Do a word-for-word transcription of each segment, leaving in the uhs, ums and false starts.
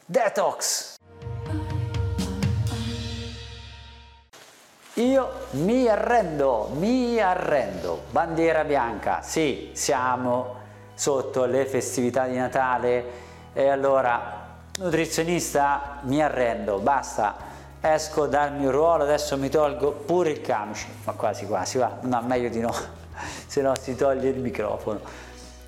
Detox! Io mi arrendo, mi arrendo, bandiera bianca, sì, siamo sotto le festività di Natale e allora, nutrizionista, mi arrendo, basta, esco dal mio ruolo, adesso mi tolgo pure il camice, ma quasi quasi, va, no, meglio di no, se no si toglie il microfono.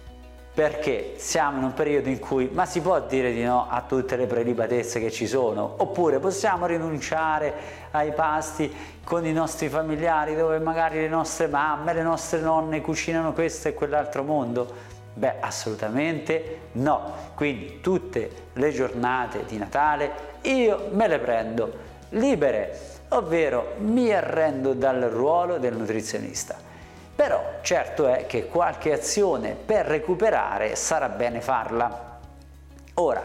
Perché siamo in un periodo in cui, ma si può dire di no a tutte le prelibatezze che ci sono, oppure possiamo rinunciare ai pasti con i nostri familiari dove magari le nostre mamme, le nostre nonne cucinano questo e quell'altro mondo? Beh, assolutamente no. Quindi tutte le giornate di Natale io me le prendo libere, ovvero mi arrendo dal ruolo del nutrizionista. Però certo è che qualche azione per recuperare sarà bene farla. Ora,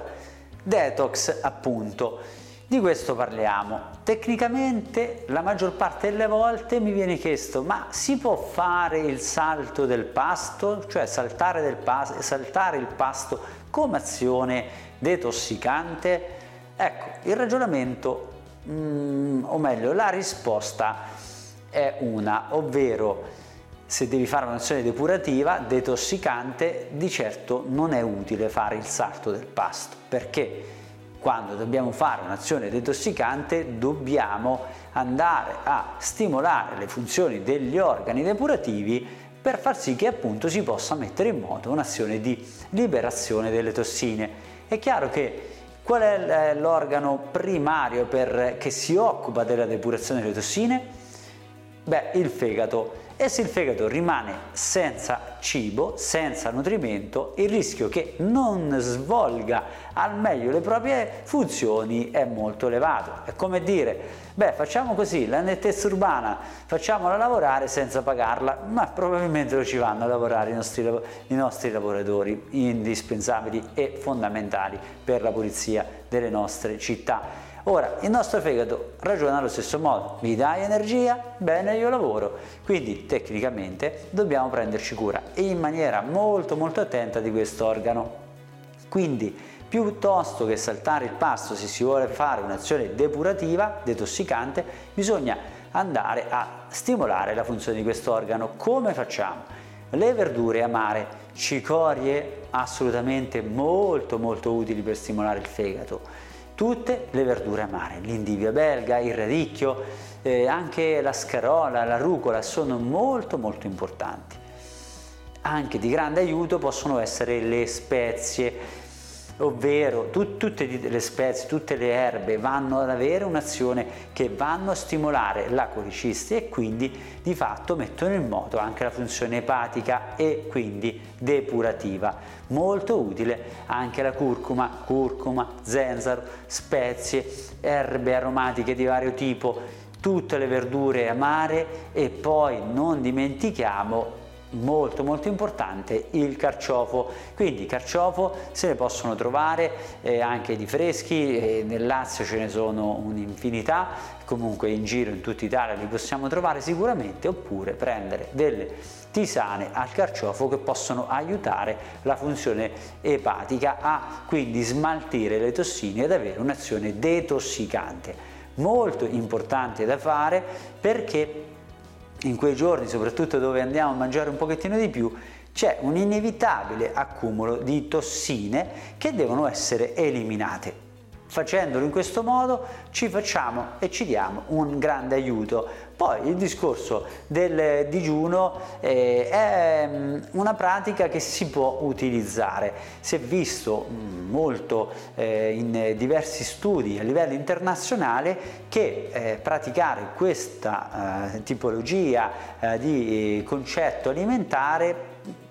detox appunto, di questo parliamo. Tecnicamente la maggior parte delle volte mi viene chiesto: ma si può fare il salto del pasto? Cioè saltare, del pas- saltare il pasto come azione detossicante? Ecco, il ragionamento, mm, o meglio la risposta è una, ovvero se devi fare un'azione depurativa, detossicante, di certo non è utile fare il salto del pasto, perché quando dobbiamo fare un'azione detossicante dobbiamo andare a stimolare le funzioni degli organi depurativi per far sì che appunto si possa mettere in moto un'azione di liberazione delle tossine. È chiaro che qual è l'organo primario per, che si occupa della depurazione delle tossine? Beh, il fegato. E se il fegato rimane senza cibo, senza nutrimento, il rischio che non svolga al meglio le proprie funzioni è molto elevato. È come dire, beh, facciamo così, la nettezza urbana, facciamola lavorare senza pagarla, ma probabilmente non ci vanno a lavorare i nostri, i nostri lavoratori indispensabili e fondamentali per la pulizia delle nostre città. Ora, il nostro fegato ragiona allo stesso modo: mi dai energia? Bene, io lavoro. Quindi tecnicamente dobbiamo prenderci cura e in maniera molto molto attenta di questo organo. Quindi piuttosto che saltare il pasto, se si vuole fare un'azione depurativa, detossicante, bisogna andare a stimolare la funzione di questo organo. Come facciamo? Le verdure amare, cicorie assolutamente molto molto utili per stimolare il fegato. Tutte le verdure amare, l'indivia belga, il radicchio, eh, anche la scarola, la rucola sono molto molto importanti. Anche di grande aiuto possono essere le spezie, ovvero tu, tutte le spezie, tutte le erbe vanno ad avere un'azione che vanno a stimolare la colicisti e quindi di fatto mettono in moto anche la funzione epatica e quindi depurativa. Molto utile anche la curcuma, curcuma, zenzero, spezie, erbe aromatiche di vario tipo, tutte le verdure amare e poi non dimentichiamo, molto molto importante, il carciofo. Quindi carciofo se ne possono trovare eh, anche di freschi, eh, nel Lazio ce ne sono un'infinità, comunque in giro in tutta Italia li possiamo trovare sicuramente, oppure prendere delle tisane al carciofo che possono aiutare la funzione epatica a quindi smaltire le tossine ed avere un'azione detossicante. Molto importante da fare, perché in quei giorni, soprattutto dove andiamo a mangiare un pochettino di più, c'è un inevitabile accumulo di tossine che devono essere eliminate. Facendolo in questo modo ci facciamo e ci diamo un grande aiuto. Poi il discorso del digiuno eh, è una pratica che si può utilizzare. Si è visto mh, molto eh, in diversi studi a livello internazionale che eh, praticare questa eh, tipologia eh, di concetto alimentare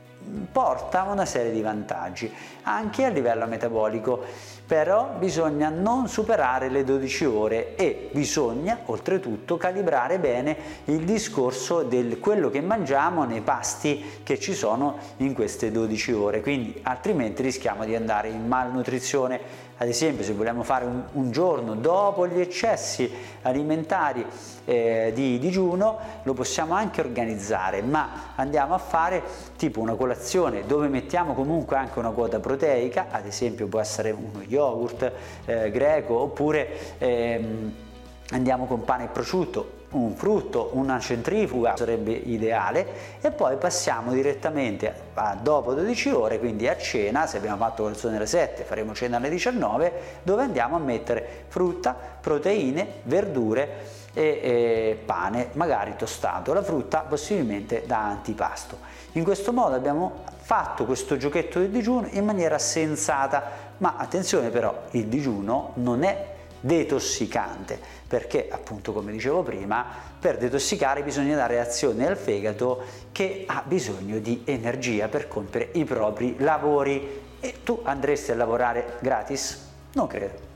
porta una serie di vantaggi anche a livello metabolico. Però bisogna non superare le dodici ore e bisogna oltretutto calibrare bene il discorso del quello che mangiamo nei pasti che ci sono in queste dodici ore, quindi altrimenti rischiamo di andare in malnutrizione. Ad esempio, se vogliamo fare un, un giorno dopo gli eccessi alimentari eh, di digiuno, lo possiamo anche organizzare, ma andiamo a fare tipo una colazione dove mettiamo comunque anche una quota proteica, ad esempio può essere uno yogurt yogurt eh, greco, oppure ehm, andiamo con pane e prosciutto, un frutto, una centrifuga sarebbe ideale, e poi passiamo direttamente a dopo dodici ore, quindi a cena. Se abbiamo fatto colazione alle sette, faremo cena alle diciannove, dove andiamo a mettere frutta, proteine, verdure e, e pane, magari tostato, la frutta possibilmente da antipasto. In questo modo abbiamo fatto questo giochetto del digiuno in maniera sensata, ma attenzione però, il digiuno non è detossicante, perché appunto, come dicevo prima, per detossicare bisogna dare azione al fegato, che ha bisogno di energia per compiere i propri lavori. E tu andresti a lavorare gratis? Non credo.